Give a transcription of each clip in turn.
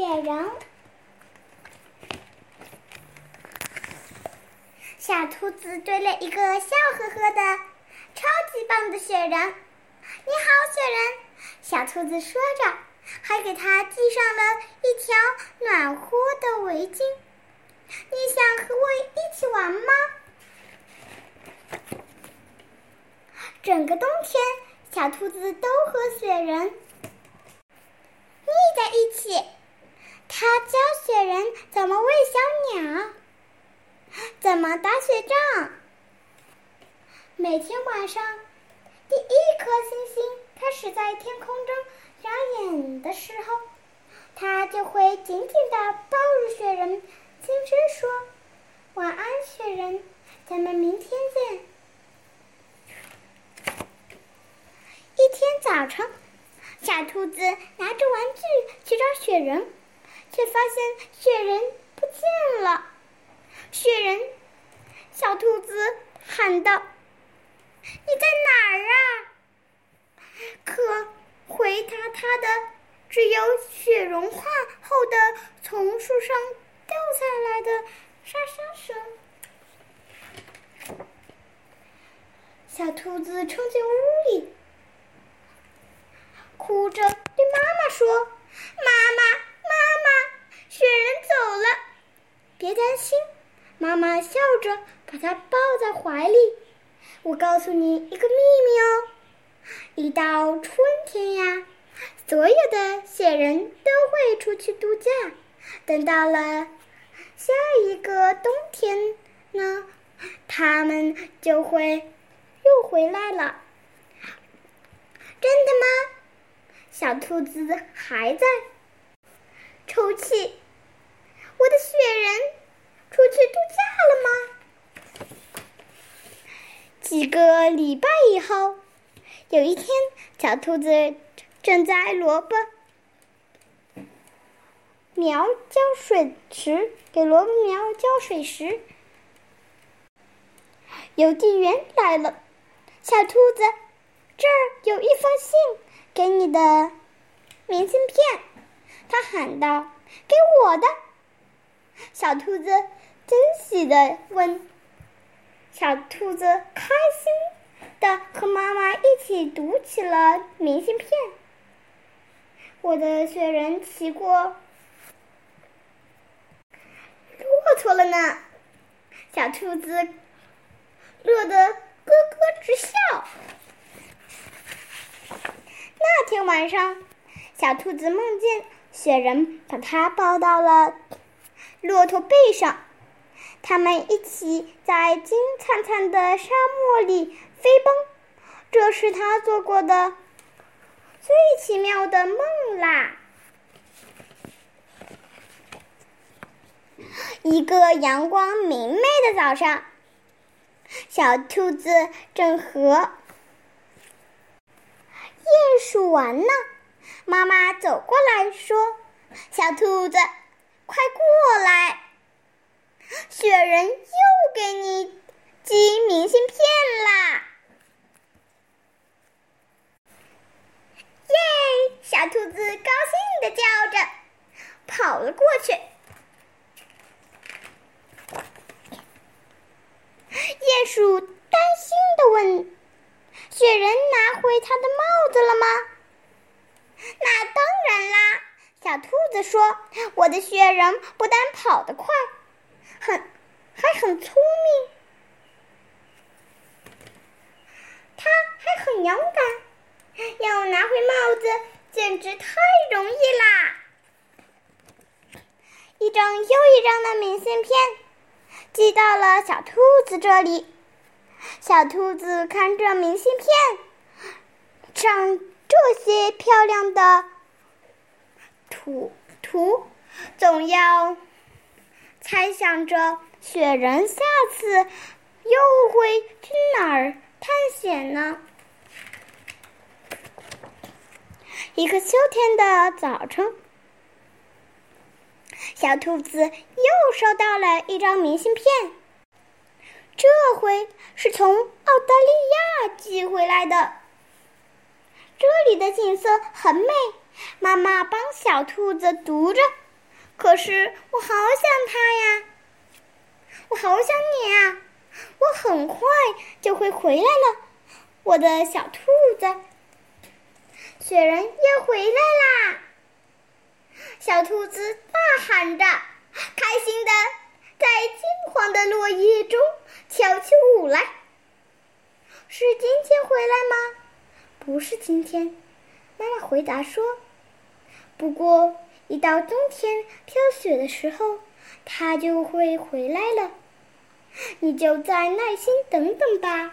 人。小兔子堆了一个笑呵呵的超级棒的雪人。你好，雪人，小兔子说着，还给它系上了一条暖和的围巾。你想和我一起玩吗？整个冬天，小兔子都和雪人腻在一起。它教雪人怎么喂小鸟，怎么打雪仗。每天晚上，第一颗星星开始在天空中眨眼的时候，它就会紧紧地抱住雪人，轻声说：“晚安，雪人，咱们明天见。”一天早晨，小兔子拿着玩具去找雪人，却发现雪人不见了。雪人，小兔子喊道：“你在哪儿啊？”可回答它的只有雪融化后的从树上掉下来的沙沙声。小兔子冲进屋里，哭着对妈妈说：“妈妈，雪人走了。”别担心，妈妈笑着把它抱在怀里。我告诉你一个秘密哦，一到春天呀，所有的雪人都会出去度假。等到了下一个冬天呢，他们就会又回来了。真的吗？小兔子还在抽泣。我的雪人出去度假了吗？几个礼拜以后，有一天，小兔子正在萝卜苗浇水时，给萝卜苗浇水时，邮递员来了。小兔子，这儿有一封信，给你的明信片。他喊道：“给我的！”小兔子惊喜地问。小兔子开心地和妈妈一起读起了明信片。我的雪人骑过骆驼了呢。小兔子乐得咯咯直笑。那天晚上，小兔子梦见雪人把它抱到了骆驼背上，他们一起在金灿灿的沙漠里飞奔。这是他做过的最奇妙的梦啦！一个阳光明媚的早上，小兔子正和鼹鼠玩呢。妈妈走过来说：“小兔子，快过来，雪人又给你寄明信片啦！”耶！小兔子高兴地叫着，跑了过去。鼹鼠担心地问：“雪人拿回他的帽子了吗？”“那当然啦！”小兔子说，“我的雪人不但跑得快，还很聪明，他还很勇敢，要拿回帽子简直太容易啦！”一张又一张的明信片寄到了小兔子这里。小兔子看着明信片上这些漂亮的图，总要猜想着雪人下次又会去哪儿探险呢？一个秋天的早晨，小兔子又收到了一张明信片，这回是从澳大利亚寄回来的。这里的景色很美，妈妈帮小兔子读着。 可是我好想它呀，我好想你啊，我很快就会回来了，我的小兔子。雪人要回来啦！小兔子大喊着，开心的在金黄的落叶中跳起舞来。是今天回来吗？不是今天，妈妈回答说。不过一到冬天飘雪的时候，它就会回来了。你就再耐心等等吧。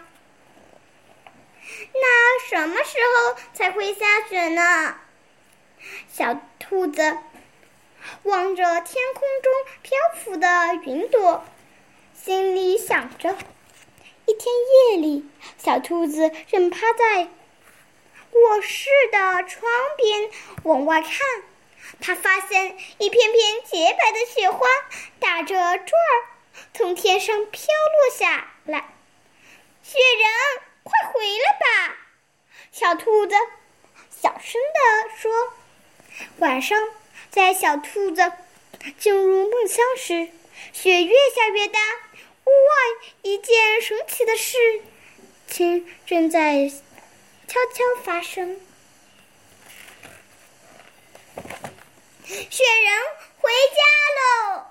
那什么时候才会下雪呢？小兔子望着天空中漂浮的云朵，心里想着。一天夜里，小兔子正趴在卧室的窗边往外看，它发现一片片洁白的雪花打着转儿从天上飘落下来。雪人，快回来吧！小兔子小声地说。晚上，在小兔子进入梦乡时，雪越下越大，屋外一件神奇的事情正在悄悄发生。雪人回家喽！